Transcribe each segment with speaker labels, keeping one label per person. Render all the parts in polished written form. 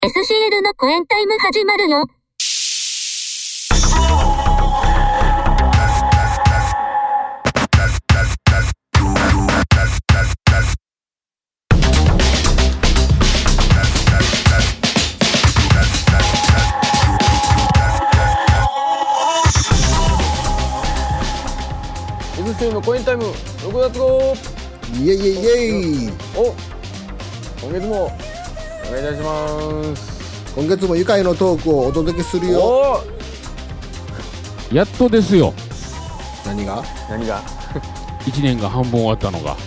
Speaker 1: SCL のコエンタイム始まるよ。
Speaker 2: SCL のコエンタイム6月号。
Speaker 3: イエイエイイエイ。
Speaker 2: お、今月もお願いいたします。
Speaker 3: 今月も愉快のトークをお届けするよ。
Speaker 4: やっとですよ。
Speaker 3: 何が
Speaker 4: 1年が半分終わったのが。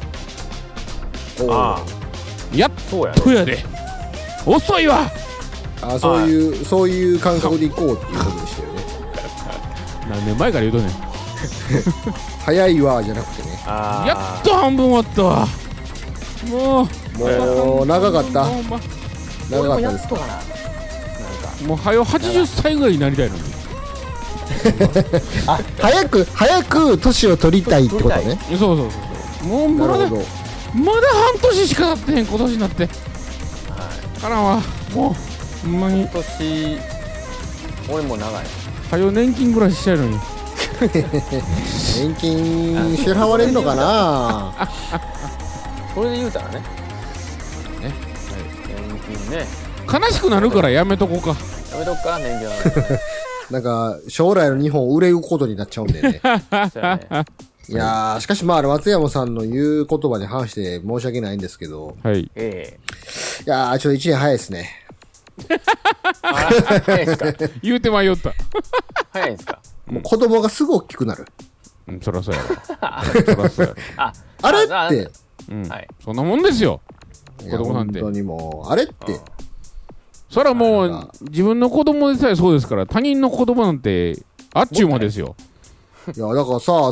Speaker 2: あ
Speaker 4: やっ
Speaker 2: そうやね。
Speaker 4: とやで。遅いわ。
Speaker 3: あ、そういう感覚でいこうっていうことでしたよね。
Speaker 4: 何年前から言うとね。
Speaker 3: 早いわじゃなくてね。
Speaker 4: やっと半分終わったわ。
Speaker 3: もう長かった。長かったです。
Speaker 2: かな。
Speaker 4: もう早80歳ぐらいになりたいのに。
Speaker 3: あ、早く年を取りたいってことね。
Speaker 4: そう。もうまだ
Speaker 3: なるほど。
Speaker 4: 半年しか経ってへん今年になって。からはもうほんまに
Speaker 2: 今年俺も長い。
Speaker 4: 早年金ぐらいしたいのに。
Speaker 3: 年金支払われるのかな。
Speaker 2: それで言うたらね。年金ね。
Speaker 4: 悲しくなるからやめとこうか。
Speaker 2: やめとくか年金は。
Speaker 3: なんか将来の日本を憂うことになっちゃうんでね。
Speaker 2: そうやね。
Speaker 3: いやー、しかしまあ松山さんの言う言葉に反して申し訳ないんですけど、
Speaker 4: はい。
Speaker 3: いやーちょっと1年早いですね。
Speaker 2: 早いんすか。
Speaker 4: 言うて迷った。
Speaker 2: 早いんすか。
Speaker 3: もう子供がすぐ大きくなる。
Speaker 4: そらそうやろ。そらそうやろ。
Speaker 3: あれって
Speaker 2: はい。
Speaker 4: そんなもんですよ。
Speaker 3: いや
Speaker 4: 子供なんて
Speaker 3: 本当にもうあれって
Speaker 4: そらもう自分の子供でさえそうですから、他人の子供なんてあっちゅう間ですよ。
Speaker 3: いやだからさ、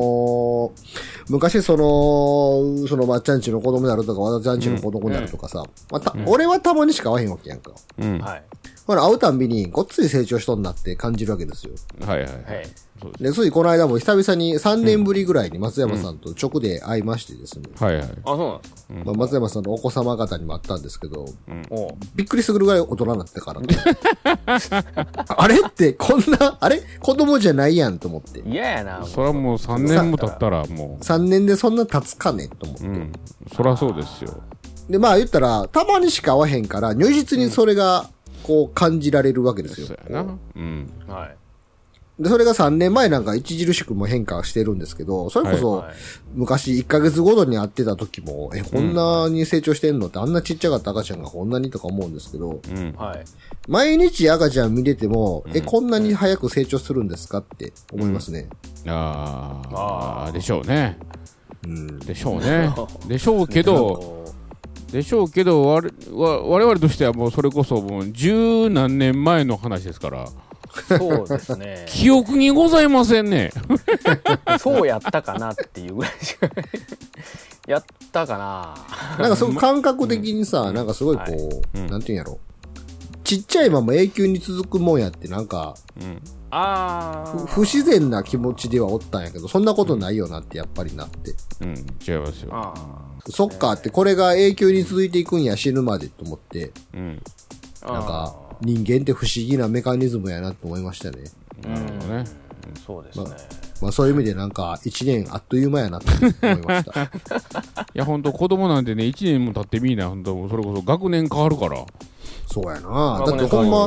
Speaker 3: 昔そのまっちゃんちの子供であるとか和田ちゃんちの子供であるとかさ、俺はたまにしか会わへんわけやんか。
Speaker 2: はい。
Speaker 3: ほら会うたんびにごっつい成長しとんなって感じるわけですよ。
Speaker 4: はい。
Speaker 3: そうです。でついこの間も久々に3年ぶりぐらいに松山さんと直で会いましてですね、
Speaker 4: はい。
Speaker 2: あ、そうなんですか。
Speaker 3: まあ、松山さんのお子様方にも会ったんですけど、
Speaker 2: おう。
Speaker 3: びっくりするぐらい大人になってからあれってこんなあれ子供じゃないやんと思って、
Speaker 2: 嫌やな。
Speaker 4: そらもう3年も経ったらも
Speaker 3: 3年でそんな経つかねと思って、
Speaker 4: そらそうですよ。
Speaker 3: でまあ言ったらたまにしか会わへんから如実にそれがこう感じられるわけですよ。
Speaker 4: そうやな。
Speaker 2: はい。
Speaker 3: でそれが3年前なんか著しくも変化してるんですけど、それこそ昔1ヶ月ごとに会ってた時もこんなに成長してんのって、あんなちっちゃかった赤ちゃんがこんなにとか思うんですけど、
Speaker 2: はい。
Speaker 3: 毎日赤ちゃん見れてもこんなに早く成長するんですかって思いますね。
Speaker 4: でしょうね。でしょうね。でしょうけど我々としてはもうそれこそもう十何年前の話ですから。
Speaker 2: そうですね。
Speaker 4: 記憶にございませんね。
Speaker 2: そうやったかなっていうぐらいしかやったかな。
Speaker 3: なんかその感覚的にさ、なんかすごいこう、なんていうんやろ、ちっちゃいまま永久に続くもんやってなんか、不自然な気持ちではおったんやけど、そんなことないよなってやっぱりなって、
Speaker 4: 違いますよ。
Speaker 3: そっかってこれが永久に続いていくんや死ぬまでと思って、なんか人間って不思議なメカニズムやなと思いましたね。
Speaker 4: なるほどね。
Speaker 2: そうですね。
Speaker 3: まあそういう意味でなんか1年あっという間やなと思いました。
Speaker 4: いや本当子供なんてね、1年も経ってみーな、本当それこそ学年変わるから。
Speaker 3: そうやな。だってほんま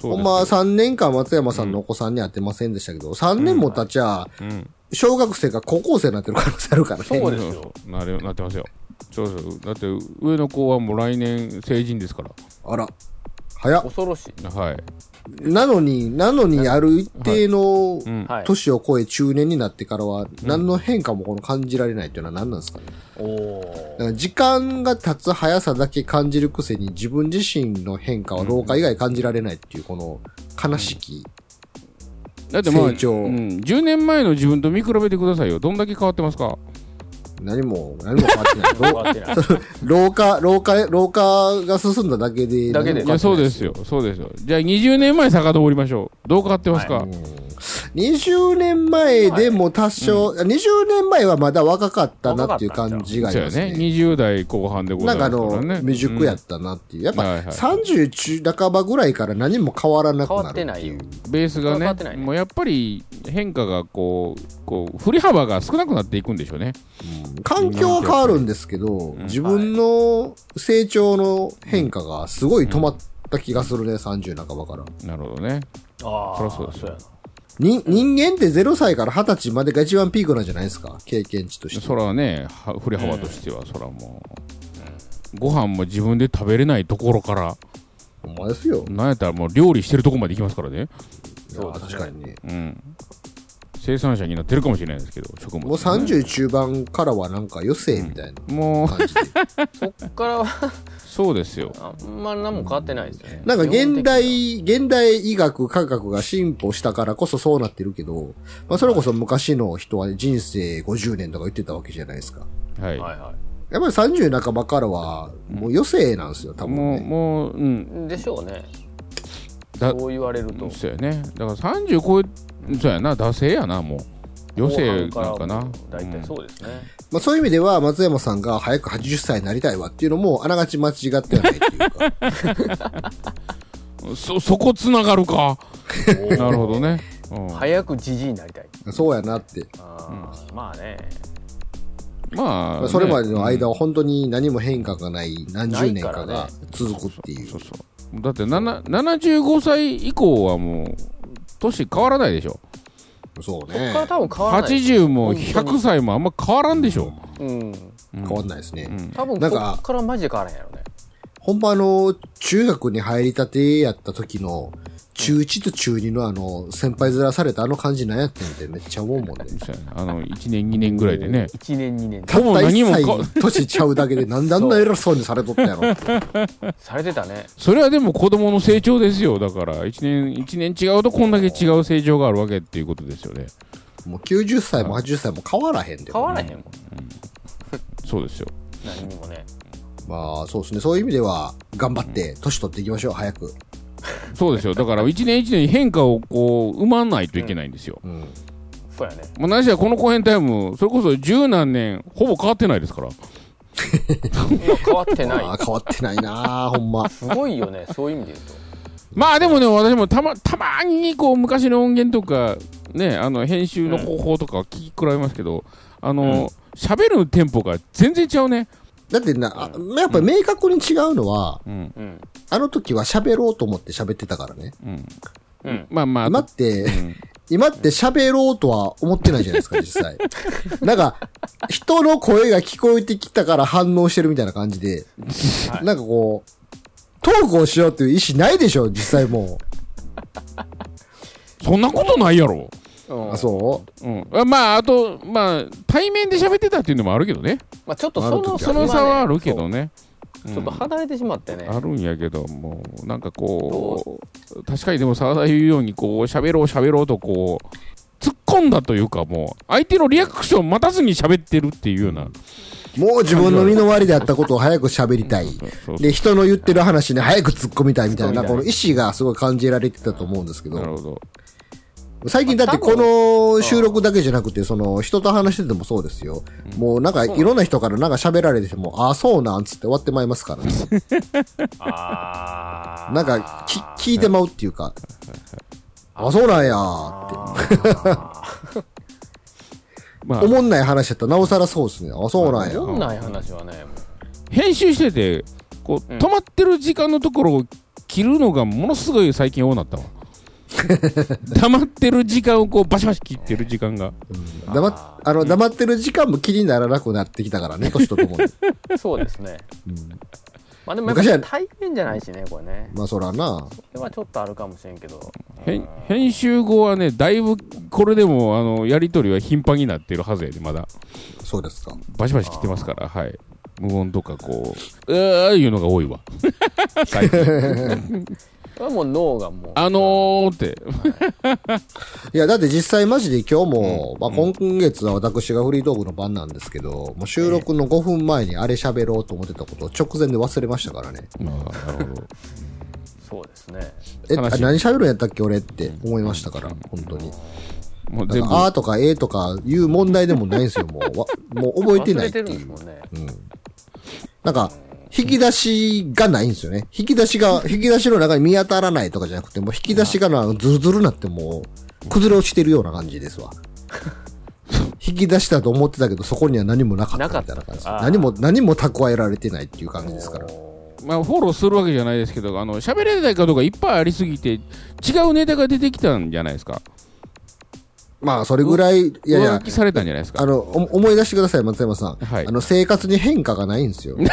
Speaker 3: 3年間松山さんのお子さんに会ってませんでしたけど、3年も経っちゃ、小学生が高校生になってる可能性あるからね。
Speaker 2: そうですよ。
Speaker 4: なってますよ。そう。だって上の子はもう来年成人ですから。
Speaker 3: あら。早っ。
Speaker 2: 恐ろしい。
Speaker 4: はい。
Speaker 3: なのにある一定の年を超え中年になってからは何の変化もこの感じられないっていうのは何なんですかね。だから時間が経つ速さだけ感じるくせに自分自身の変化は老化以外感じられないっていうこの悲しき
Speaker 4: だってまあ、
Speaker 3: 成長。
Speaker 4: 10年前の自分と見比べてくださいよ。どんだけ変わってますか？
Speaker 3: 何も変わってない。老化が進んだだけで。
Speaker 4: いや、そうですよ。じゃあ20年前遡りましょう。どう変わってますか？
Speaker 3: い 20年前でも多少、20年前はまだ若かったなっていう感じがありますね。
Speaker 4: そうやね。20代後半でございますからね。
Speaker 3: なんか未熟やったなっていう。やっぱ30中半ばぐらいから何も変わらなくなるっていう。
Speaker 2: 変わってないよ。
Speaker 4: ベースがね、もうやっぱり変化がこう、振り幅が少なくなっていくんでしょうね。
Speaker 3: 環境は変わるんですけど、自分の成長の変化がすごい止まった気がするね、30半ばから。
Speaker 4: なるほどね。
Speaker 2: ああ。
Speaker 4: そりゃそうですよ。
Speaker 3: 人間って0歳から20歳までが一番ピークなんじゃないですか、経験値として。
Speaker 4: そらね、振り幅としては、そらもう、ご飯も自分で食べれないところから、
Speaker 3: ほんまですよ。
Speaker 4: なんやったらもう料理してるとこまで行きますからね。
Speaker 3: そう、確かにね。
Speaker 4: うん。生産者になってるかもしれないですけど、食物、ね。
Speaker 3: もう30中盤からはなんか余生みたいな感じで、
Speaker 4: もう
Speaker 2: そっからは
Speaker 4: そうですよ。
Speaker 2: あんま何も変わってないですよね。
Speaker 3: なんか現代医学科学が進歩したからこそそうなってるけど、まあそれこそ昔の人は人生50年とか言ってたわけじゃないですか。
Speaker 4: はい。
Speaker 2: はいはい。
Speaker 3: やっぱり30半ばからはもう余生なんですよ、多分、ね。
Speaker 4: もう、うん。
Speaker 2: でしょうね。そう言われると。
Speaker 4: そうやね。だから30超え、そうやな、惰性やな、もう。余生なんかな。
Speaker 2: 大体そうですね。
Speaker 3: まあそういう意味では松山さんが早く80歳になりたいわっていうのもあながち間違ってはないっていうか。
Speaker 4: そこつながるか。なるほどね。
Speaker 2: 早くじじいになりたい。
Speaker 3: そうやなって。
Speaker 2: まあね。
Speaker 4: まあ、
Speaker 3: それまでの間は本当に何も変化がない何十年かが続くっていう。
Speaker 4: そう。だって75歳以降はもう年変わらないでしょ。
Speaker 3: そうね。
Speaker 2: そっから多分変わらない。
Speaker 4: 80も100歳もあんま変わらんでしょ。
Speaker 3: 変わんないですね。
Speaker 2: 多分こっからマジで変わらへんやろね。
Speaker 3: ほんま中学に入りたてやった時の中1と中2の先輩面された感じなんやってんってめっちゃ思うもんね。
Speaker 4: 1年2年ぐらいでね。
Speaker 2: 1年2年。
Speaker 3: たった1歳年ちゃうだけでなんであんな偉そうにされとったやろ。
Speaker 2: されてたね。
Speaker 4: それはでも子供の成長ですよ。だから1年違うとこんだけ違う成長があるわけっていうことですよね。
Speaker 3: もう90歳も80歳も変わらへんで。
Speaker 2: 変わらへんもん。
Speaker 4: そうですよ。
Speaker 2: 何にもね。
Speaker 3: まあそうですね。そういう意味では頑張って年取っていきましょう、早く。
Speaker 4: そうですよ。だから一年一年変化を生まないといけないんですよ。
Speaker 2: そうやね。
Speaker 4: まあ何しろこの後編タイム、それこそ十何年ほぼ変わってないですから。
Speaker 2: 変わってない。
Speaker 3: 変わってないなほんま。
Speaker 2: すごいよね。そういう意味で言うと。
Speaker 4: まあでもね、私もたまに昔の音源とかね、編集の方法とか聞き比べますけど、喋るテンポが全然違うね。
Speaker 3: だってやっぱり明確に違うのは、あの時は喋ろうと思って喋ってたからね。
Speaker 4: まあまあ。
Speaker 3: 今って喋ろうとは思ってないじゃないですか、実際。なんか、人の声が聞こえてきたから反応してるみたいな感じで、なんかこう、トークをしようっていう意思ないでしょ、実際も
Speaker 4: う。そんなことないやろ。
Speaker 3: あ、そう？
Speaker 4: まあ、あと、対面で喋ってたっていうのもあるけどね。
Speaker 2: まあ、ちょっと
Speaker 4: その差はあるけどね。
Speaker 2: ちょっと離れてしまってね。
Speaker 4: あるんやけど、もう、なんかこう、確かにでも沢田言うように、こう、喋ろうとこう、突っ込んだというか、もう、相手のリアクション待たずに喋ってるっていうような。
Speaker 3: もう自分の身の回りであったことを早く喋りたい。で、人の言ってる話に早く突っ込みたいみたいな、この意思がすごい感じられてたと思うんですけど。
Speaker 4: なるほど。
Speaker 3: 最近だってこの収録だけじゃなくて、人と話しててもそうですよ。もうなんかいろんな人からなんか喋られてても、あ、そうなんつって終わってまいりますからね。なんか聞いてまうっていうか、あ、そうなんやーって。おもんない話だったらなおさらそうですね。あ、そうなんや。
Speaker 2: おもんない話はね、
Speaker 4: 編集してて、こう、止まってる時間のところを切るのがものすごい最近多なったわ。黙ってる時間をこうバシバシ切ってる時間が、
Speaker 3: 黙ってる時間も気にならなくなってきたからね、年とともに。
Speaker 2: そうですね。まあでもやっぱり対面じゃないしね、これね。
Speaker 3: まあそらな。
Speaker 2: それはちょっとあるかもしれんけど。
Speaker 4: 編集後はね、だいぶこれでもやりとりは頻繁になってるはずやで、まだ。
Speaker 3: そうですか。
Speaker 4: バシバシ切ってますから、はい。無音とかこう、いうのが多いわ。最近。
Speaker 2: これはもう脳がもう。
Speaker 4: って。
Speaker 3: いや、だって実際マジで今日も、今月は私がフリートークの番なんですけど、もう収録の5分前にあれ喋ろうと思ってたことを直前で忘れましたからね。
Speaker 4: なるほど。
Speaker 2: そうですね。
Speaker 3: 何喋るんやったっけ俺って思いましたから、本当に。
Speaker 4: もう全部。
Speaker 3: あーとかえーとかいう問題でもないんですよ、もう覚えてないっていう。
Speaker 2: 忘れてるんですもんね。
Speaker 3: なんか、引き出しがないんですよね。引き出しの中に見当たらないとかじゃなくて、もう引き出しがズルズルなってもう、崩れ落ちてるような感じですわ。引き出したと思ってたけど、そこには何もなかったみたいな感じ。何も蓄えられてないっていう感じですから。
Speaker 4: まあ、フォローするわけじゃないですけど、喋れないことがいっぱいありすぎて、違うネタが出てきたんじゃないですか。
Speaker 3: まあ、それぐらい、いやいや。
Speaker 4: 浮気されたんじゃないですか。
Speaker 3: 思い出してください、松山さん。
Speaker 4: はい。
Speaker 3: 生活に変化がないんですよ。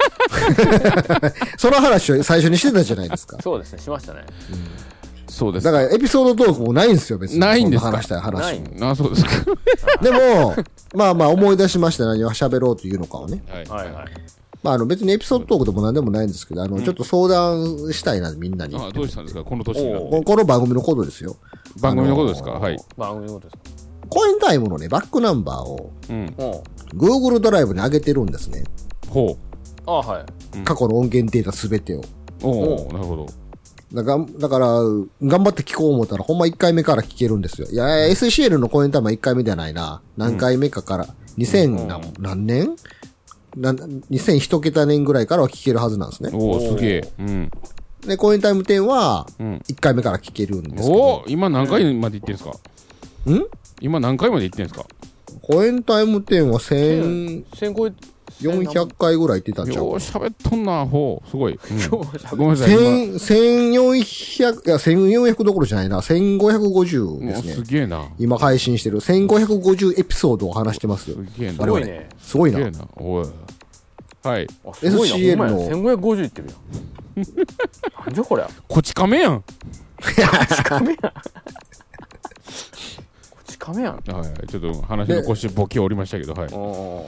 Speaker 3: その話を最初にしてたじゃないですか。
Speaker 2: そうですね、しましたね。
Speaker 4: そうです。
Speaker 3: だからエピソードトークもないんですよ、別に。
Speaker 4: ないんですか。
Speaker 3: 話したい話も。
Speaker 4: あ、そうですか。
Speaker 3: でも、まあ思い出しました。何を喋ろうというのかをね。
Speaker 2: はいはい。
Speaker 3: まあ別にエピソードトークでも何でもないんですけど、ちょっと相談したいな、みんなに。
Speaker 4: どうしたんですか、この年になって。
Speaker 3: この番組のことですよ。
Speaker 4: 番組のことですか、はい。
Speaker 2: 番組のことですか。
Speaker 3: コインタイムのね、バックナンバーを、Google ドライブに上げてるんですね。
Speaker 4: ほ
Speaker 2: う。はい。
Speaker 3: 過去の音源データすべてを。
Speaker 4: なるほど。
Speaker 3: だから、頑張って聞こう思ったら、ほんま1回目から聞けるんですよ。いや、SCL のコインタイムは1回目じゃないな。何回目かから、2000何年2001桁年ぐらいからは聞けるはずなんですね。
Speaker 4: すげえ。
Speaker 3: で、コインタイム10は、1回目から聞けるんですけど。
Speaker 4: 今何回まで行ってんすか？今何回まで行ってんすか？
Speaker 3: コインタイム10は1400回ぐらい行ってたんちゃう？
Speaker 4: よう喋っとんな、すごい。
Speaker 3: ごめんなさい。1400、いや、1400どころじゃないな。1550ですね。
Speaker 4: すげえな。
Speaker 3: 今配信してる。1550エピソードを話してますよ。
Speaker 4: すげえな。
Speaker 2: すごいね。
Speaker 3: すごいな。
Speaker 4: おい。はい。
Speaker 3: SCL の。
Speaker 2: 1550いってるやん。なんじゃこりゃ。
Speaker 4: こち亀やん。
Speaker 2: こち亀やん。はい、
Speaker 4: ちょっと話の腰ボケおりましたけど、はい。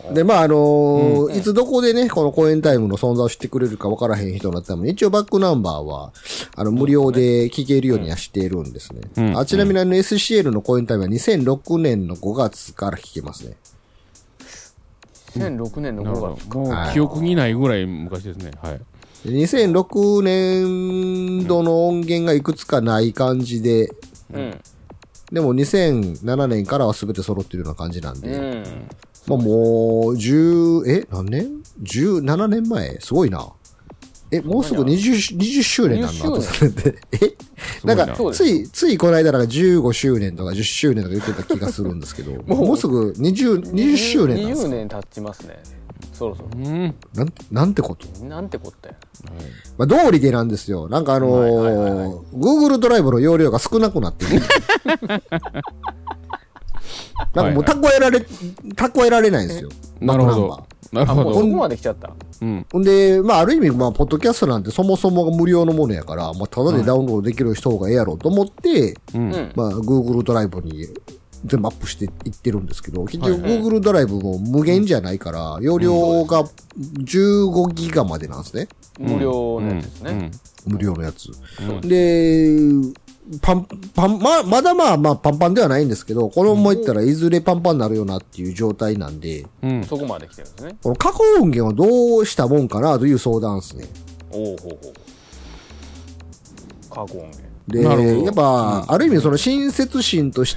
Speaker 3: で、まあいつどこでね、このコインタイムの存在を知ってくれるか分からへん人になったのに、一応バックナンバーは、無料で聞けるようにはしているんですね。ちなみにSCL のコインタイムは2006年の5月から聞けますね。
Speaker 2: 2006年の5月か。
Speaker 4: もう記憶にないぐらい昔ですね。はい。
Speaker 3: 2006年度の音源がいくつかない感じで、でも2007年からは全て揃ってるような感じなんで、まあもう何年 ?17 年前すごいな。もうすぐ20周年なんだとされて。なんか、ついこの間なんか15周年とか10周年とか言ってた気がするんですけど、もうすぐ20周年なんですか？
Speaker 2: 20年経ちますね。そろそろ。
Speaker 3: なんてこと
Speaker 2: なんてことや。
Speaker 3: まあ、道理でなんですよ。なんかGoogle ドライブの容量が少なくなってる。なんかもう蓄えられないんですよ。
Speaker 4: なるほど。
Speaker 2: なるほど。そこまで来ちゃった。
Speaker 3: ほんで、まあ、ある意味、まあ、ポッドキャストなんてそもそもが無料のものやから、まあ、ただでダウンロードできる人がええやろうと思って、まあ、Google ドライブに全部アップしていってるんですけど、結局 Google ドライブも無限じゃないから、容量が15ギガまでなんですね。
Speaker 2: 無料のやつですね。
Speaker 3: 無料のやつ。で、まだまあパンパンではないんですけど、このままいったらいずれパンパンになるよなっていう状態なんで、
Speaker 2: そこまで来てるんですね。
Speaker 3: この過去音源はどうしたもんかなという相談ですね。
Speaker 2: 過去音源。
Speaker 3: で、やっぱ、ある意味その親切心として、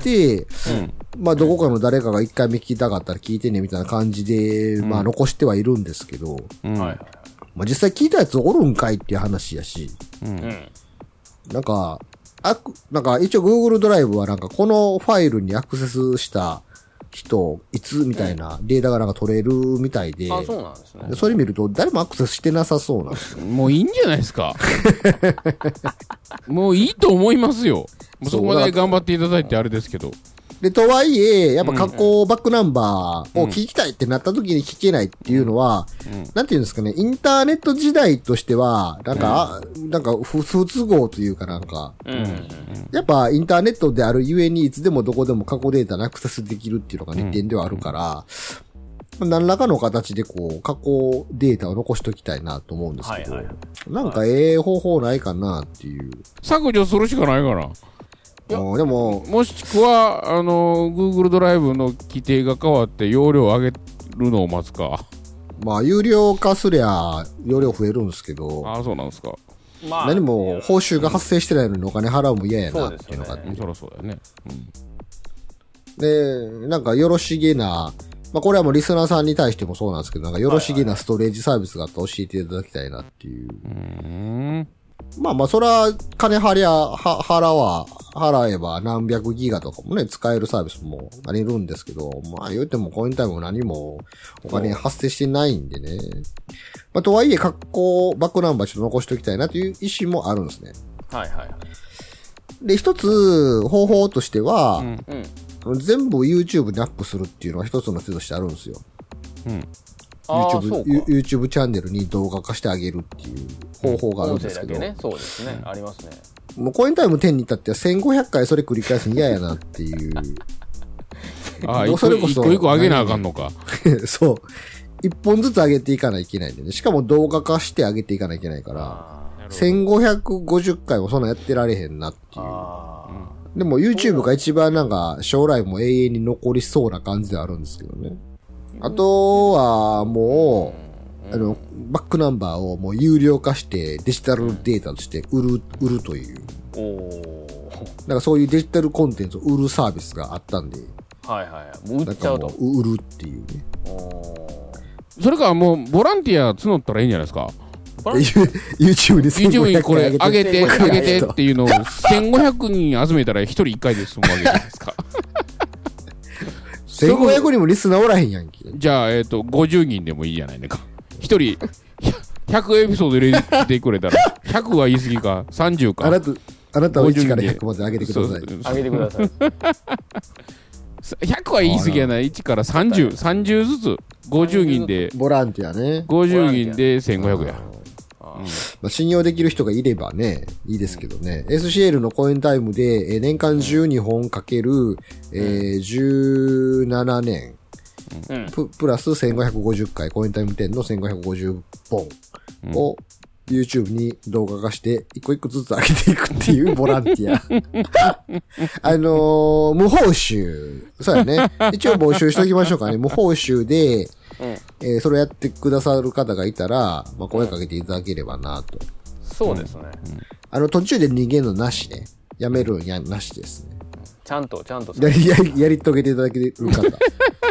Speaker 3: まあどこかの誰かが一回目聞きたかったら聞いてねみたいな感じで、まあ残してはいるんですけど、まあ実際聞いたやつおるんかいっていう話やし、なんか一応 Google ドライブはなんかこのファイルにアクセスした人、いつみたいなデータがなんか取れるみたいで、
Speaker 2: そうなんですね。
Speaker 3: それ見ると誰もアクセスしてなさそうなんですよ。
Speaker 4: もういいんじゃないですか。もういいと思いますよ。もうそこまで頑張っていただいてあれですけど。
Speaker 3: で、とはいえ、やっぱ過去バックナンバーを聞きたいってなった時に聞けないっていうのは、なんていうんですかね、インターネット時代としては、なんか不都合というかなんか、やっぱインターネットであるゆえにいつでもどこでも過去データにアクセスできるっていうのが利点ではあるから、何らかの形でこう、過去データを残しときたいなと思うんですけど、なんか方法ないかなっていう。
Speaker 4: 削除するしかないから。
Speaker 3: でも、
Speaker 4: もしくは、Google ドライブの規定が変わって容量を上げるのを待つか。
Speaker 3: まあ、有料化すりゃ、容量増えるんですけど。
Speaker 4: そうなんですか。
Speaker 3: 何も報酬が発生してないのにお金払うも嫌やなっていうのがあって。
Speaker 4: そりゃそうだよね。
Speaker 3: で、なんかよろしげな、まあこれはもうリスナーさんに対してもそうなんですけど、なんかよろしげなストレージサービスがあったら教えていただきたいなっていう。まあ、そら、金払えば何百ギガとかもね、使えるサービスもありるんですけど、まあ言うてもコインタイムも何もお金発生してないんでね。まあとはいえ、バックナンバーちょっと残しておきたいなという意思もあるんですね。
Speaker 2: はいはいはい。
Speaker 3: で、一つ方法としては、全部 YouTube にアップするっていうのは一つの手としてあるんですよ。YouTube チャンネルに動画化してあげるっていう方法があるんですけど。
Speaker 2: 音声だけね。そうですね。ありますね。
Speaker 3: もうコインタイム10に至っては1500回それ繰り返すの嫌やなっていう。
Speaker 4: それこそ一個上げなあかんのか。
Speaker 3: そう。一本ずつ上げていかないといけないんでね。しかも動画化して上げていかないといけないから、1550回もそんなやってられへんなっていう。でも YouTube が一番なんか将来も永遠に残りそうな感じではあるんですけどね。あとは、もう、バックナンバーをもう有料化してデジタルデータとして売るという。なんかそういうデジタルコンテンツを売るサービスがあったんで。
Speaker 2: はいはい。もう売っちゃうと。
Speaker 3: 売るっていうね。
Speaker 4: それからもうボランティア募ったらいいんじゃないですか。
Speaker 3: YouTube に
Speaker 4: 1500にこれ上げてっていうのを1500人集めたら1人1回で済むわけじゃないですか。
Speaker 3: 1500人もリスナーおらへんやんけ。
Speaker 4: じゃあ、50人でもいいじゃないねか。1人、100エピソード入れてくれたら、100は言い過ぎか、30か。
Speaker 3: あなたを1から100まで上げてください。
Speaker 2: 上げてください。
Speaker 4: 100は言い過ぎやな。1から30ずつ、50人で。
Speaker 3: ボランティアね。
Speaker 4: 50人で1500や。
Speaker 3: まあ、信用できる人がいればね、いいですけどね。SCL のコインタイムで、年間12本かける、17年、プラス1550回、コインタイム10の1550本を YouTube に動画化して、一個一個ずつ上げていくっていうボランティア。無報酬。そうやね。一応募集しときましょうかね。無報酬で、それをやってくださる方がいたら、まあ、声かけていただければなと。
Speaker 2: そうですね。
Speaker 3: 途中で逃げるのなしね。やめるのなしですね。
Speaker 2: ちゃんと。
Speaker 3: やり遂げていただける方。い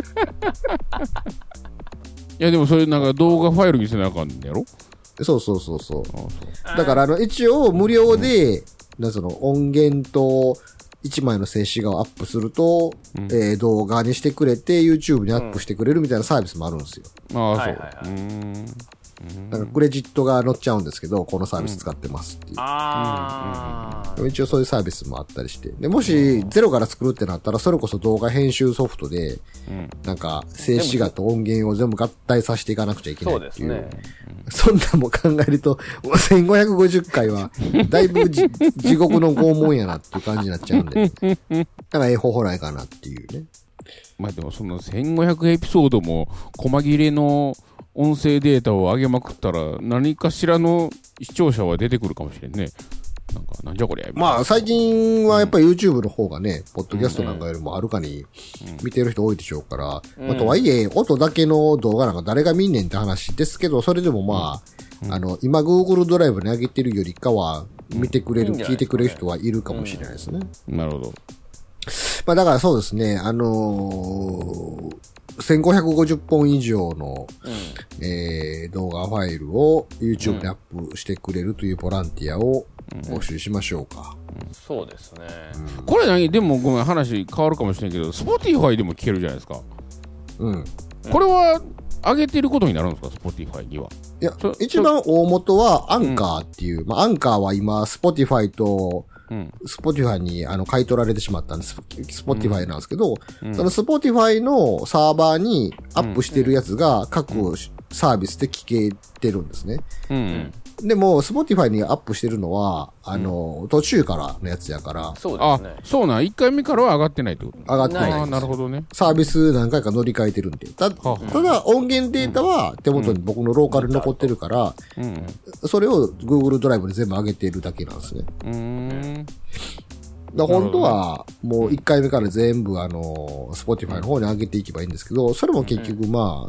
Speaker 4: や、でもそれなんか動画ファイルにせなあかんやろ？
Speaker 3: そう。だから一応無料で、音源と、1枚の静止画をアップすると、動画にしてくれて YouTube にアップしてくれるみたいなサービスもあるんですよ。
Speaker 4: ああ、そう。
Speaker 3: だからクレジットが載っちゃうんですけど、このサービス使ってますっていう。一応そういうサービスもあったりして。で、もしゼロから作るってなったら、それこそ動画編集ソフトで、なんか静止画と音源を全部合体させていかなくちゃいけないっていう。そうですね。そんなんも考えると、1550回は、だいぶ地獄の拷問やなっていう感じになっちゃうんで。だから方法ないかなっていうね。
Speaker 4: まあでもその1500エピソードも、細切れの音声データを上げまくったら、何かしらの視聴者は出てくるかもしれんね。なんじゃこりゃ。
Speaker 3: まあ最近はやっぱり YouTube の方がね、ポッドキャストなんかよりもはるかに見てる人多いでしょうから、まあ、とはいえ、音だけの動画なんか誰が見んねんって話ですけど、それでもまあ、今 Google ドライブに上げてるよりかは、見てくれる、聞いてくれる人はいるかもしれないですね。
Speaker 4: なるほど。
Speaker 3: まあだからそうですね、1550本以上の、動画ファイルを YouTube にアップしてくれるというボランティアを募集しましょうか。
Speaker 2: そうですね。
Speaker 4: これでもごめん、話変わるかもしれんけど、Spotify でも聞けるじゃないですか。これは上げてることになるんですか、Spotify には。
Speaker 3: いや、一番大元はアンカーっていう、まあアンカーは今 Spotify と、Spotify に買い取られてしまったんです。Spotify なんですけど、その Spotify のサーバーにアップしてるやつが各サービスで聞けてるんですね。でも、Spotify にアップしてるのは、途中からのやつやから。
Speaker 2: そうですね。
Speaker 4: そうなん、1回目からは上がってないってこと？
Speaker 3: 上がってない。
Speaker 4: なるほどね。
Speaker 3: サービス何回か乗り換えてるんで。ただ、音源データは手元に僕のローカルに残ってるから、それを Google ドライブに全部上げてるだけなんですね。本当は、もう1回目から全部Spotify の方に上げていけばいいんですけど、それも結局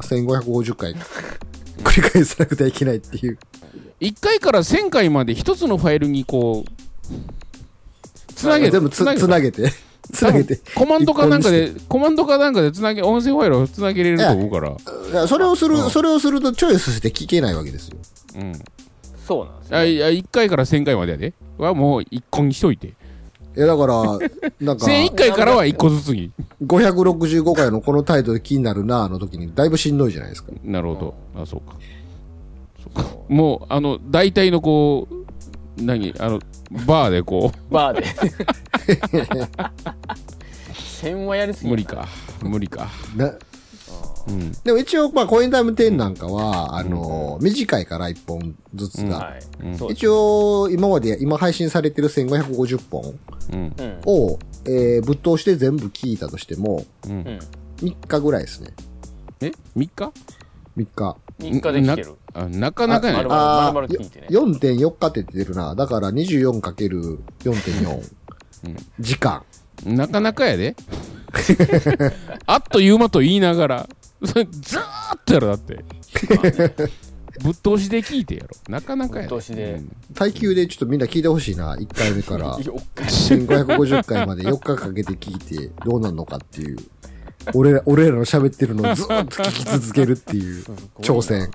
Speaker 3: 1550回繰り返さなくてはいけないっていう。
Speaker 4: 1回から1000回まで一つのファイルにこう、つなげて。
Speaker 3: 全部つなげて。 つなげて。
Speaker 4: コマンドかなんかでつなげ、音声ファイルをつなげれると思うから。
Speaker 3: いや、それをするとチョイスして聞けないわけですよ。
Speaker 2: うん。そうなんですね。
Speaker 4: いや、1回から1000回までやで。はもう1個にしといて。
Speaker 3: いや、だから、なんか。
Speaker 4: 1001回からは1個ずつに。
Speaker 3: 565回のこのタイトル気になるな、の時に、だいぶしんどいじゃないですか。
Speaker 4: なるほど。あ、そうか。もう、大体のこう、バーでこう。
Speaker 2: バーで。1000はやりすぎ。
Speaker 4: 無理か。
Speaker 3: うん、でも一応、まあ、コインタイム10なんかは、短いから1本ずつが。一応、今配信されてる1550本を、ぶっ通して全部聞いたとしても、3日ぐらいですね。
Speaker 4: 3日
Speaker 2: ?3 日で聞ける。
Speaker 4: なかなかやね。
Speaker 3: 4.4 日って出てるな。だから 24×4.4 時間。
Speaker 4: なかなかやで。あっという間と言いながら、それずーっとやろ、だって。ぶっ通しで聞いてやろ。なかなかやで。
Speaker 2: ぶっ通しで。
Speaker 3: 耐久でちょっとみんな聞いてほしいな。1回目から1550回まで4日かけて聞いてどうなるのかっていう。俺らの喋ってるのをずーっと聞き続けるっていう挑戦。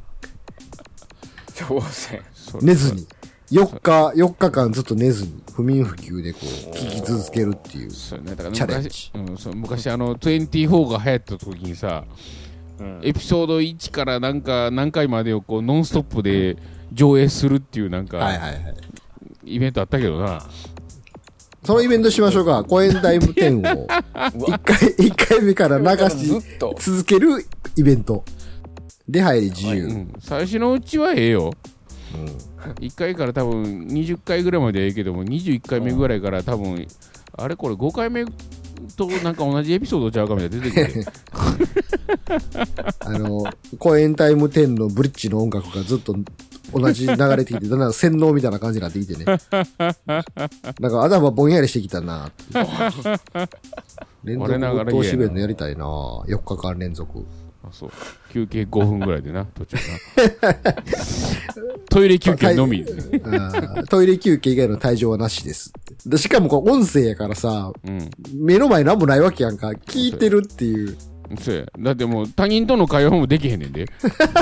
Speaker 3: 寝ずに。4日間ずっと寝ずに、不眠不休でこう、聞き続けるっていう、チャレンジ。
Speaker 4: 昔24が流行った時にさ、エピソード1から何回までをこう、ノンストップで上映するっていうイベントあったけどな。
Speaker 3: そのイベントしましょうか。コエンタイム10を、1回目から流し続けるイベント。出入り自由。
Speaker 4: 最初のうちはええよ。1回から多分20回ぐらいまでええけども、21回目ぐらいから多分、あれこれ5回目となんか同じエピソードちゃうかみたいな出てくる。
Speaker 3: コエンタイム10のブリッジの音楽がずっと同じ流れてきて、だんだん洗脳みたいな感じになってきてね。なんか頭ぼんやりしてきたなって。連続ぶっ通しイベントやりたいな4日間連続。
Speaker 4: あ、そう。休憩5分ぐらいでな、途中な。トイレ休憩のみ。
Speaker 3: トイレ休憩以外の退場はなしですって。しかもこれ音声やからさ、目の前なんもないわけやんか。聞いてるっていう。
Speaker 4: そうや。だってもう他人との会話もできへんねんで。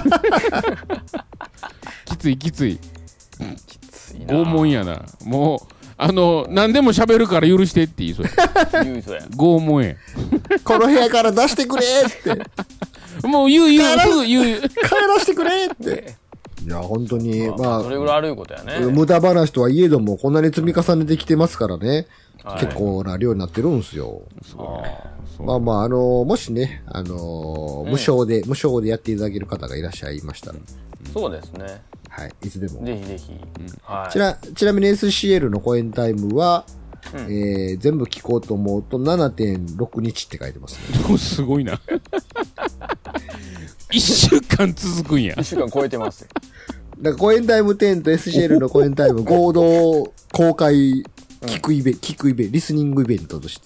Speaker 4: きつい。きついな。拷問やな。もう、何でも喋るから許してって言いそうや。拷問や。
Speaker 3: この部屋から出してくれって。
Speaker 4: もうすぐ言う。
Speaker 3: 帰らせてくれって。いや、本当に、まあ、
Speaker 2: それぐらい悪いことやね。
Speaker 3: 無駄話とはいえども、こんなに積み重ねてきてますからね。結構な量になってるんですよ。まあまあ、もしね、無償でやっていただける方がいらっしゃいましたら。
Speaker 2: そうですね。
Speaker 3: はい、いつでも。
Speaker 2: ぜひぜひ。
Speaker 3: ちなみに SCL の公演タイムは、全部聞こうと思うと 7.6 日って書いてます
Speaker 4: ね。すごいな。1週間続くんや。
Speaker 2: 1週間超えてます。
Speaker 3: だからコエンタイム10と SCL のコエンタイム合同公開聞くイベリスニングイベントとして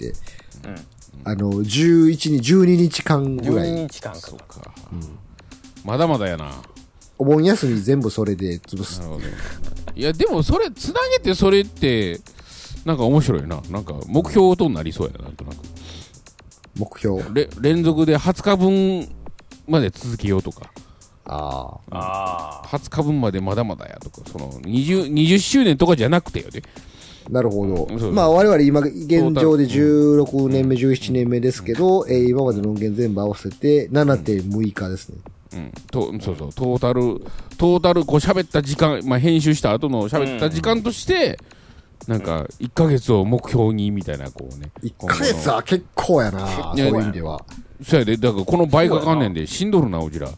Speaker 3: 、12日間ぐらい。
Speaker 2: 12日間か。そうか。
Speaker 4: まだまだやな。
Speaker 3: お盆休み全部それで潰す。なるほど。
Speaker 4: いや、でもそれ、つなげてそれって、なんか面白いな。なんか目標となりそうやな、なんとなく。
Speaker 3: 目標
Speaker 4: 連続で20日分まで続けようとか。20日分までまだまだやとか、20周年とかじゃなくてよね。
Speaker 3: なるほど。まあ我々今現状で16年目、17年目ですけど、今までの音源全部合わせて 7.6 日ですね。
Speaker 4: そうそう、トータルこう喋った時間、まあ編集した後の喋った時間として、なんか1ヶ月を目標にみたいなこうね。
Speaker 3: 1ヶ月は結構やな、そういう意味では。
Speaker 4: そうやで、だからこの倍かかんねんで、しんどるな、うちら。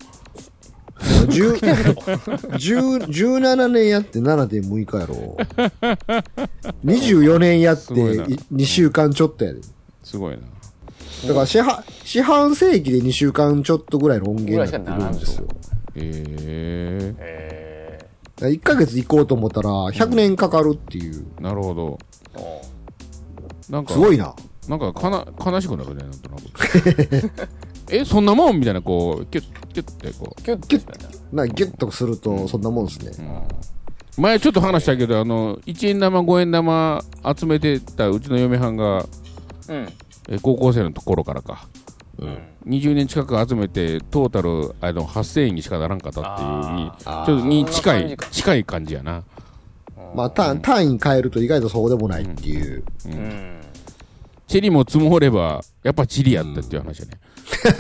Speaker 3: 17年やって 7.6 日やろ。24年やって2週間ちょっとやで。
Speaker 4: すごいな。
Speaker 3: だから四半世紀で2週間ちょっとぐらいの音源になってるんですよ。1ヶ月行こうと思ったら100年かかるっていう。
Speaker 4: なるほど。なんか
Speaker 3: すごいな。
Speaker 4: なんか悲しくなるね、なんとなく。そんなもんみたいな、こう、キュッてこう。
Speaker 3: ギュッとすると、そんなもんですね。
Speaker 4: 前ちょっと話したけど、1円玉、5円玉集めてたうちの嫁はんが、 高校生のところからか、20年近く集めてトータル8000円にしかならんかったっていうにちょっとに近い感じやな。
Speaker 3: まあ単位変えると意外とそうでもないっていう、
Speaker 4: チリも積もればやっぱチリやったっていう話やね。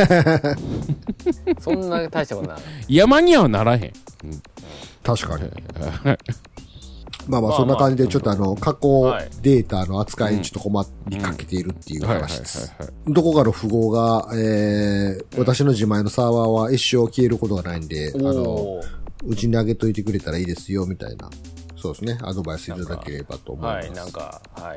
Speaker 2: そんな大したことない。
Speaker 4: 山にはならへん。
Speaker 3: 確かに。まあまあそんな感じでちょっと過去データの扱いにちょっと困りかけているっていう話です。どこかの符号が、私の自前のサーバーは一生消えることがないんで、うちに上げといてくれたらいいですよみたいな、そうですね、アドバイスいただければと思います。
Speaker 2: はい、なんか、はい。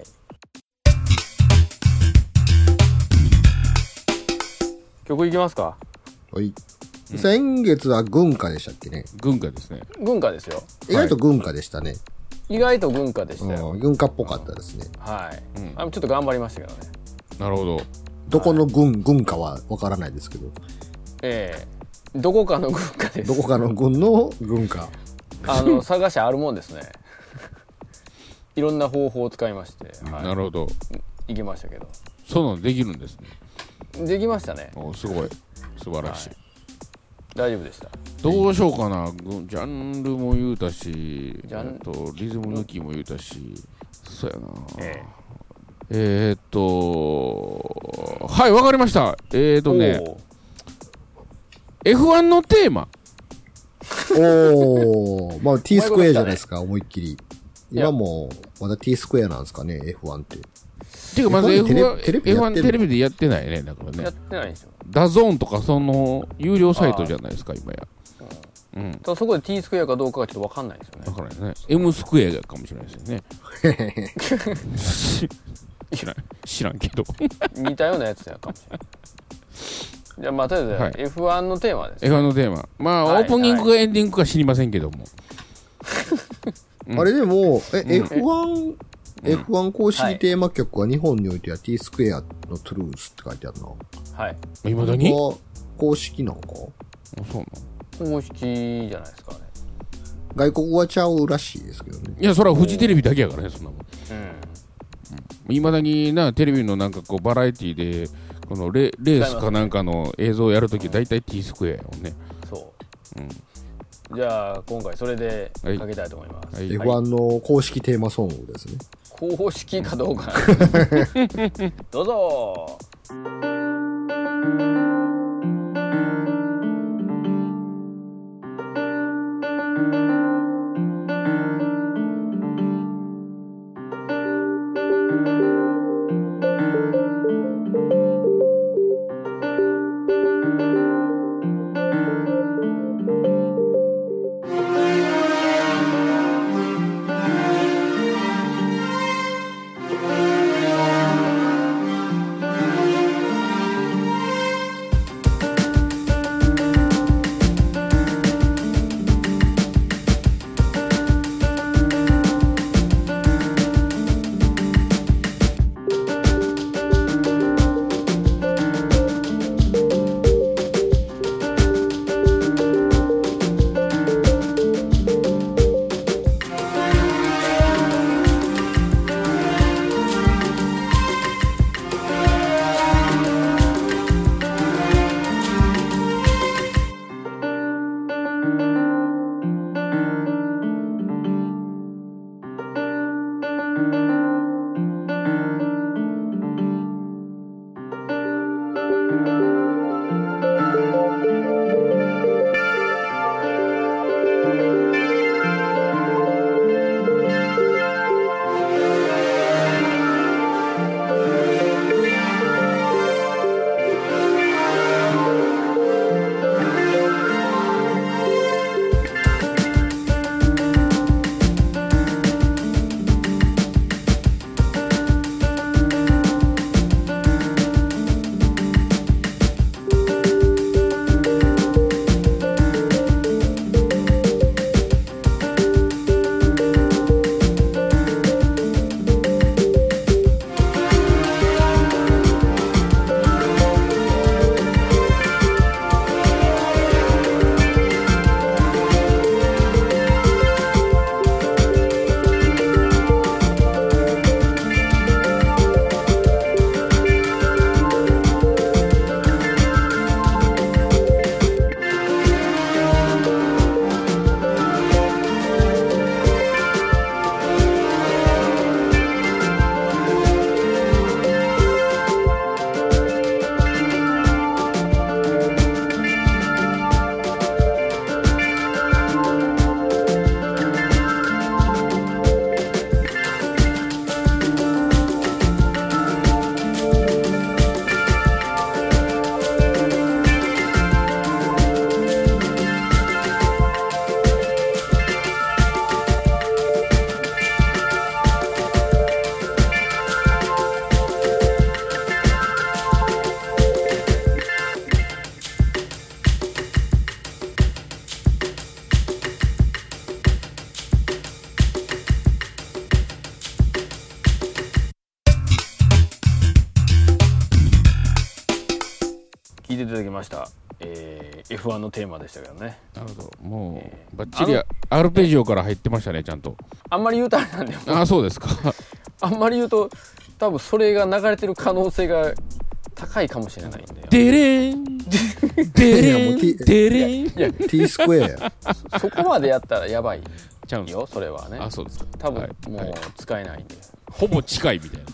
Speaker 2: 曲いきますか。
Speaker 3: はい。先月は軍歌でしたっけね。
Speaker 4: 軍歌ですね。
Speaker 2: 軍歌ですよ。
Speaker 3: 意外と軍歌でしたね。
Speaker 2: 意外と軍歌でしたよ。
Speaker 3: 軍歌っぽかったですね。
Speaker 2: はい。ちょっと頑張りましたけどね。
Speaker 4: なるほど。
Speaker 3: どこの軍歌はわからないですけど。
Speaker 2: どこかの軍歌です。
Speaker 3: どこかの軍の軍歌。
Speaker 2: 探しあるもんですね。いろんな方法を使いまして。
Speaker 4: なるほど。
Speaker 2: いきましたけど。
Speaker 4: そうなのできるんですね。
Speaker 2: できましたね。
Speaker 4: すごい。素晴らしい。
Speaker 2: 大丈夫でした。
Speaker 4: どうしようかな。ジャンルも言うたし、リズム抜きも言うたし、そうやな。はい、わかりました。F1 のテーマ。
Speaker 3: まあ T スクエアじゃないですか、思いっきり。今もまだ T スクエアなんですかね、F1 って。
Speaker 4: てかまず F1 テレビでやってないね、だからね。
Speaker 2: やってないんですよ。
Speaker 4: ダゾーンとかその有料サイトじゃないですか今や。
Speaker 2: ただそこで T スクエアかどうかがちょっと分かんないですよね。
Speaker 4: 分からないね。M スクエアかもしれないですよね。知らんけど。
Speaker 2: 似たようなやつやかもしれない。じゃあまあとりあえず F1 のテーマです、ね。
Speaker 4: F1 のテーマ。まあ、オープニングかエンディングか知りませんけども。
Speaker 3: あれでもF1 公式テーマ曲は日本においては T スクエアのトゥルースって書いてあるな。
Speaker 2: はい。
Speaker 4: 未だに
Speaker 3: 公式なんか？
Speaker 4: そう
Speaker 2: なの？公式じゃないですかね。
Speaker 3: 外国はちゃうらしいですけどね。
Speaker 4: いや、それはフジテレビだけやからね、そんなもん。未だにな、テレビのなんかこうバラエティでこのレースかなんかの映像をやるとき大体 T スクエアやもんね。
Speaker 2: そう。じゃあ今回それでかけたいと思います。
Speaker 3: F1 の公式テーマソングですね。
Speaker 2: 公式かどうか。どうぞ。 ていただきました。F1 のテーマでしたけどね。
Speaker 4: なるほど。もうバッチリアルペジオから入ってましたね、ちゃんと。
Speaker 2: あんまり言うとあれなんだよ。
Speaker 4: あ、そうですか。
Speaker 2: あんまり言うと多分それが流れてる可能性が高いかもしれないんだよ。
Speaker 4: デレンデレンデレン。い
Speaker 3: や T スクエアや。
Speaker 2: そこまでやったらやばい
Speaker 4: ちゃうん
Speaker 2: よ、それはね。
Speaker 4: あ、そうですか。
Speaker 2: 多分もう使えないんで。
Speaker 4: ほぼ近いみたいな。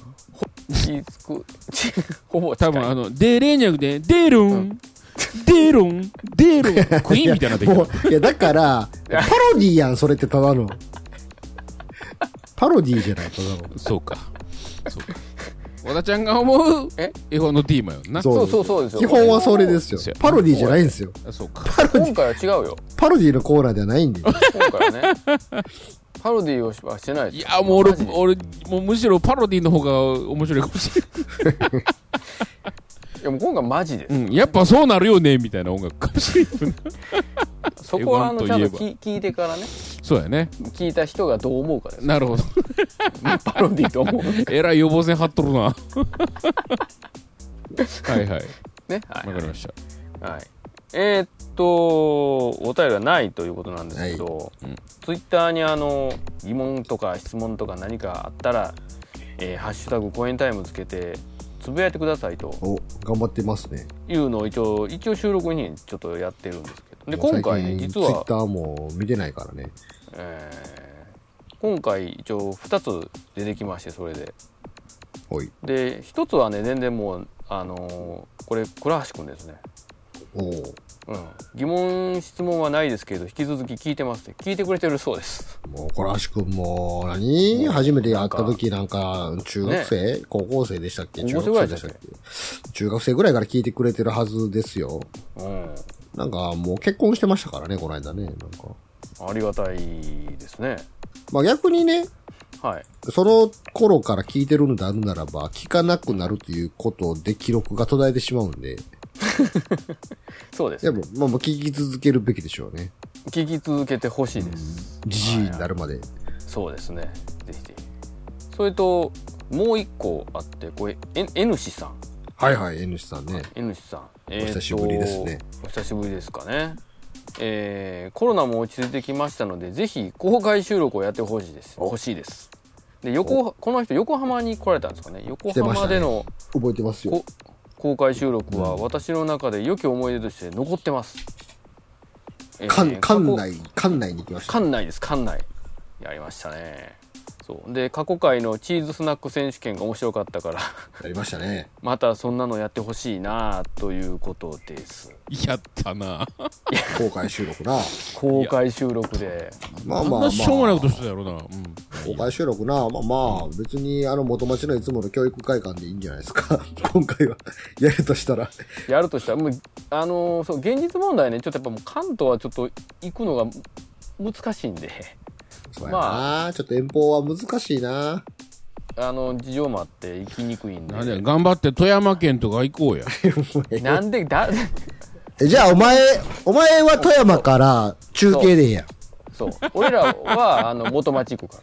Speaker 2: ほぼ近い。
Speaker 4: 多分デレンじゃなくてデルン。デロンデロンクイーンみたいなでき
Speaker 3: る。いやだからパロディやん、それってただのパロディじゃない、ただの。
Speaker 4: そうか和田ちゃんが思うF1のテーマよな。
Speaker 2: そうですよ。
Speaker 3: 基本はそれですよ。パロディじゃないんですよ。
Speaker 4: そうか。
Speaker 2: 今回は違うよ。
Speaker 3: パロディのコーナーではないんで。
Speaker 2: 今回はねパロディをはしてないです。
Speaker 4: いやもう俺もうむしろパロディの方が面白いかもしれない。
Speaker 2: いやもう今回マジです、
Speaker 4: やっぱそうなるよねみたいな音楽かもしれない。
Speaker 2: そこはちゃんと聞いてからね。
Speaker 4: そうやね。
Speaker 2: 聞いた人がどう思うかです。
Speaker 4: なるほど。
Speaker 2: パロディと思う。
Speaker 4: えらい予防線張っとるな。はいはい。
Speaker 2: ね。
Speaker 4: わかりました。
Speaker 2: はい。お便りがないということなんですけど、ツイッターに疑問とか質問とか何かあったら、ハッシュタグコエンタイムつけてつぶやいてくださいと。
Speaker 3: 頑張ってますね。
Speaker 2: いうのを一応収録にちょっとやってるんですけど。で今回ね、実は
Speaker 3: ツイッターも見てないからね。
Speaker 2: 今回一応2つ出てきまして、それで。で1つはね、全然もうこれ倉橋くんですね。疑問質問はないですけど引き続き聞いてますね。聞いてくれてるそうです。
Speaker 3: もう倉橋くんも初めて会った時なんか中学生、高校生でしたっけ？
Speaker 2: 中学生でしたっけ？
Speaker 3: 中学生ぐらいから聞いてくれてるはずですよ。なんかもう結婚してましたからね、この間ね。なんか
Speaker 2: ありがたいですね。
Speaker 3: まあ逆にね、
Speaker 2: はい、
Speaker 3: その頃から聞いてるのであるならば聞かなくなるということで記録が途絶えてしまうんで。
Speaker 2: そうです、
Speaker 3: ね。でも、まあ、聞き続けるべきでしょうね。
Speaker 2: 聞き続けてほしいです。
Speaker 3: じじいになるまで。
Speaker 2: そうですね。ぜひぜひ。それともう一個あって、これN氏さん。
Speaker 3: はいはい、N氏さんね。
Speaker 2: N氏さん。
Speaker 3: お久しぶりですね。
Speaker 2: お久しぶりですかね。コロナも落ち着いてきましたので、ぜひ公開収録をやってほしいです。欲しいです。でこの人横浜に来られたんですかね。横浜での、
Speaker 3: 覚えてますよ。
Speaker 2: 公開収録は私の中で良き思い出として残ってます。
Speaker 3: 館内に行きました。
Speaker 2: 館内です。館内やりましたね。そうで過去回のチーズスナック選手権が面白かったから
Speaker 3: やりましたね。
Speaker 2: またそんなのやってほしいなということです。
Speaker 4: やったな。
Speaker 3: 公開収録な。
Speaker 2: 公開収録で
Speaker 3: まあ
Speaker 4: しょうもないことしてたやろな。
Speaker 3: 公開収録な。まあ別に元町のいつもの教育会館でいいんじゃないですか。今回はやるとしたら
Speaker 2: もうそう現実問題ね、ちょっとやっぱもう関東はちょっと行くのが難しいんで。
Speaker 3: そうやな、ちょっと遠方は難しいな。
Speaker 2: 事情もあって行きにくいんで。
Speaker 4: なんで頑張って富山県とか行こうや。
Speaker 2: なんで
Speaker 3: じゃあお前は富山から中継でいいやん。
Speaker 2: そう俺らは元町行くから。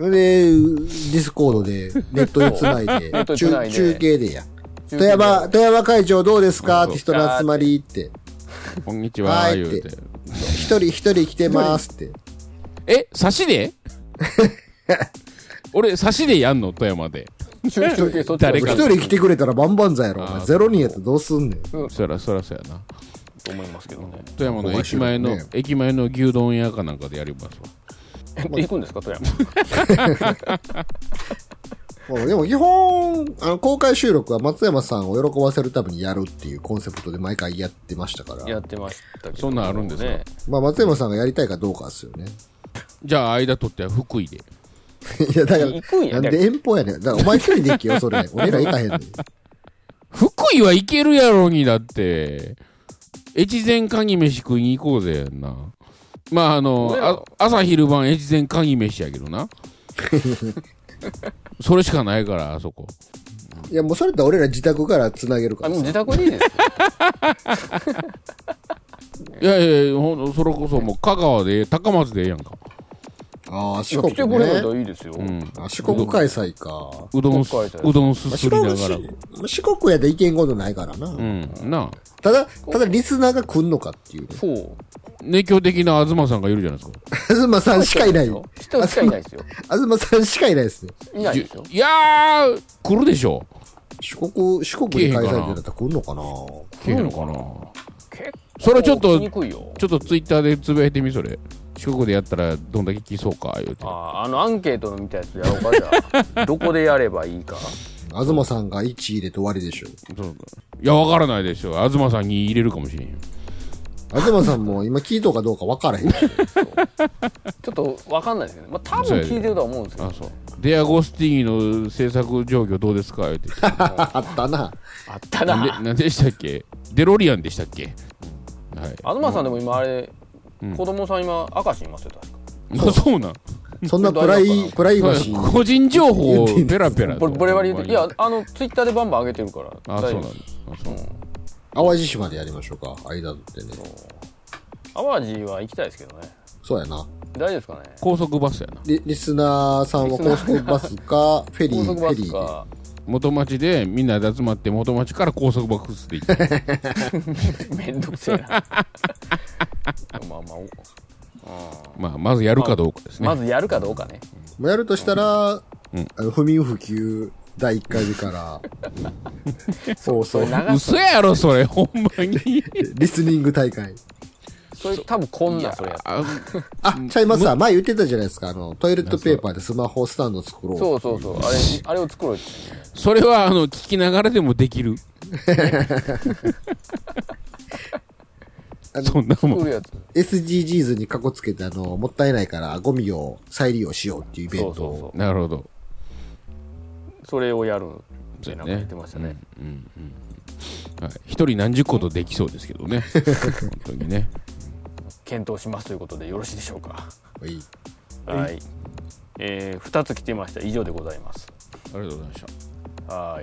Speaker 3: でディスコードでネットにつないで中継でいいやん。富山会長どうですかって人の集まりって
Speaker 4: こんにちは言うて
Speaker 3: 一人来てますって。
Speaker 4: 差しで俺差しでやんの富山で
Speaker 3: 誰か一人来てくれたら万々歳やろ。お前0人やったらどうすんねん。
Speaker 4: そらそうやな
Speaker 2: と思いますけどね。
Speaker 4: 富山の駅前の牛丼屋かなんかでやりますわ。
Speaker 2: 行くんですか富山。
Speaker 3: でも基本公開収録は松山さんを喜ばせるためにやるっていうコンセプトで毎回やってましたから。
Speaker 2: やってましたけど、
Speaker 4: そんなんあるんですか。
Speaker 3: まあ松山さんがやりたいかどうかですよね。
Speaker 4: じゃあ間取っては福井で。
Speaker 3: いやだからなんで遠方やねん。だからお前一人で行けよそれ。俺ら行かへんねん。
Speaker 4: 福井は行けるやろに。だって越前かぎ飯食いに行こうぜやんな。まあ朝昼晩越前かぎ飯やけどな。それしかないからあそこ。
Speaker 3: いやもうそれって俺ら自宅からつなげるから。
Speaker 2: もう自宅でいいですよ。
Speaker 4: いやそれこそもう香川で高松でええやんか。
Speaker 3: ああ、四国ね。
Speaker 2: 来てくれるといいですよ。
Speaker 3: 四国開催か。
Speaker 4: うどんすすりながら。
Speaker 3: 四国やで意見ことないからな。
Speaker 4: なあ。
Speaker 3: ただリスナーが来んのかっていうね。
Speaker 2: そう。
Speaker 4: 熱狂的な東さんがいるじゃないですか。
Speaker 3: 東さんしかいない。
Speaker 2: 人しかいないですよ。
Speaker 3: 東さんしかいないですね。
Speaker 2: いないですよ。
Speaker 4: いやー、来るでしょ。
Speaker 3: 四国で開催ってなったら来んのかな。
Speaker 4: 来るのかな。それちょっとツイッターでつぶやいてみ、それ。四国でやったらどんだけ来そうか言うて。
Speaker 2: アンケートのみたいなやつやろうか、じゃあ。どこでやればいいか。
Speaker 3: 東さんが1入れて終わりでしょ。
Speaker 4: いや、わからないでしょ。東さんに入れるかもしれん。
Speaker 3: 東さんも今聞いとうかどうかわからへんし。ち
Speaker 2: ょっとわかんないですよね。まあ多分聞いてるとは思うんですけど。
Speaker 4: そう。デアゴスティーニの制作状況どうですか言うて。
Speaker 3: あったな。
Speaker 2: あったな。
Speaker 4: 何でしたっけ？デロリアンでしたっけ？
Speaker 2: はい。東さんでも今あれ、子供さん今明石にいますよ、確
Speaker 4: か。そうなん。
Speaker 3: そんなプライバシ
Speaker 4: ー。個人情報をペラペラ。
Speaker 2: ボレバリ言って、いや、ツイッターでバンバン上げてるから。
Speaker 4: あ、そうなんだ。
Speaker 3: 淡路島でやりましょうか、間ってね。
Speaker 2: 淡路は行きたいですけどね。
Speaker 3: そうやな。
Speaker 2: 大丈夫ですかね。
Speaker 4: 高速バスやな。
Speaker 3: リスナーさんは高速バスか、フェリーで。
Speaker 4: 元町でみんなで集まって元町から高速バスで行って
Speaker 2: めんどくせえな
Speaker 4: まずやるかどうかですね。
Speaker 2: まずやるかどうかね。
Speaker 3: やるとしたら、不眠不休第1回目からそう
Speaker 4: 嘘やろそれほんまに
Speaker 3: リスニング大会。
Speaker 2: それ多分こんなそれや
Speaker 3: ちゃいますわ。前言ってたじゃないですか。トイレットペーパーでスマホスタンド作ろう。
Speaker 2: そうあれを作ろうって。
Speaker 4: それは聞きながらでもできるそんなもん
Speaker 3: SDGs にかこつけてもったいないからゴミを再利用しようっていうイベントを。
Speaker 4: なるほど。
Speaker 2: それをやるってなんか言ってましたね。
Speaker 4: 一人何十個とできそうですけどね本当にね。
Speaker 2: 検討しますということでよろしいでしょうか。
Speaker 3: はい。
Speaker 2: 2つ来てました。以上でございます。
Speaker 4: ありがとうございました。
Speaker 2: はい。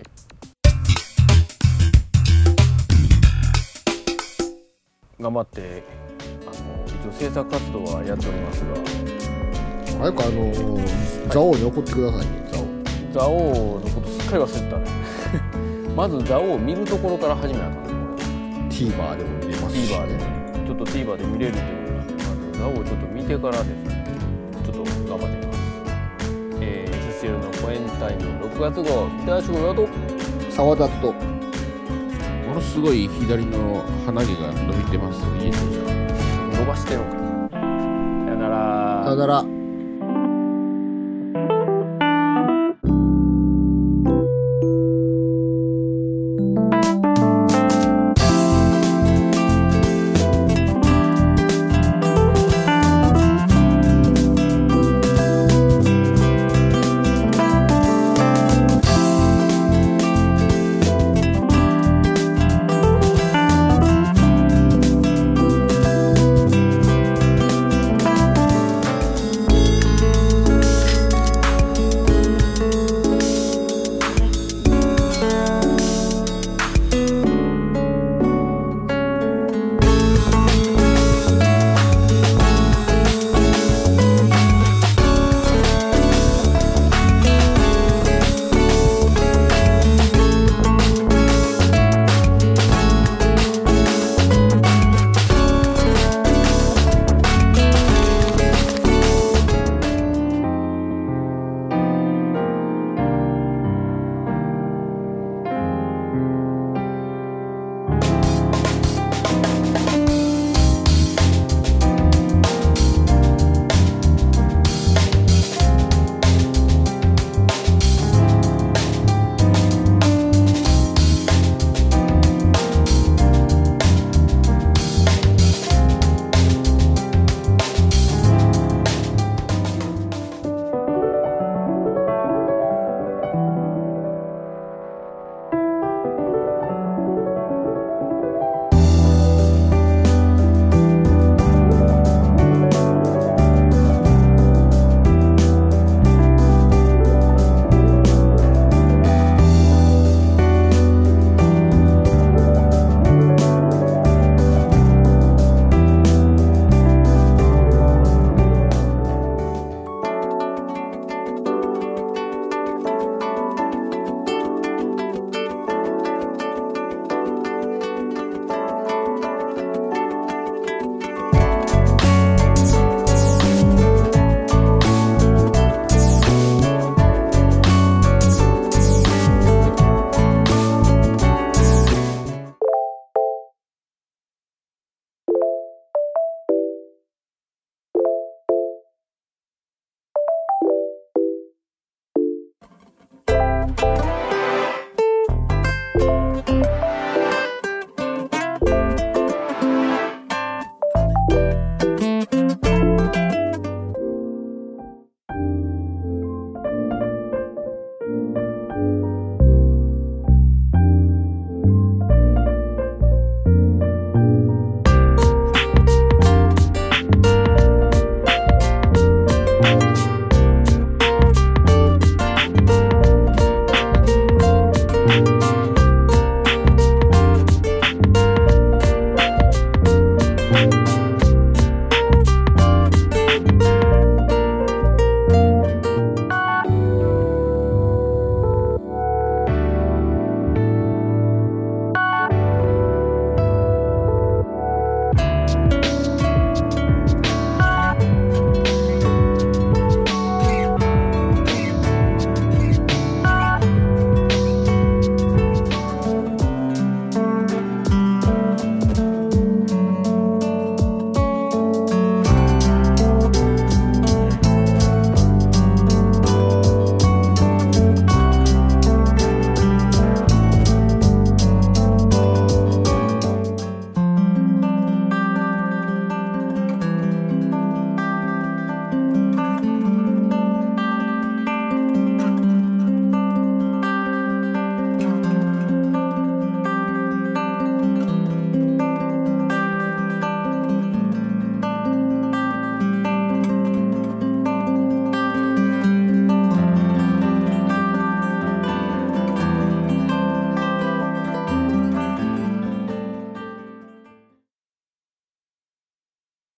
Speaker 2: 頑張って一応制作活動はやっておりますが、
Speaker 3: 早く蔵王に送ってくださいね。
Speaker 2: 蔵王のことすっかり忘れてたねまず蔵王を見るところから始めなあかんね。
Speaker 3: TVer でも見れますし、
Speaker 2: ね、ちょっと TVer で見れるということなんで、まず蔵王をちょっと見てからですね、ちょっと頑張ってみます。SCL のコエンタイム6月号、北橋号だと
Speaker 3: 沢田と
Speaker 4: ものすごい左の鼻毛が伸びてます。家で
Speaker 2: 伸ばしてるのか。さよなら。
Speaker 3: さよなら。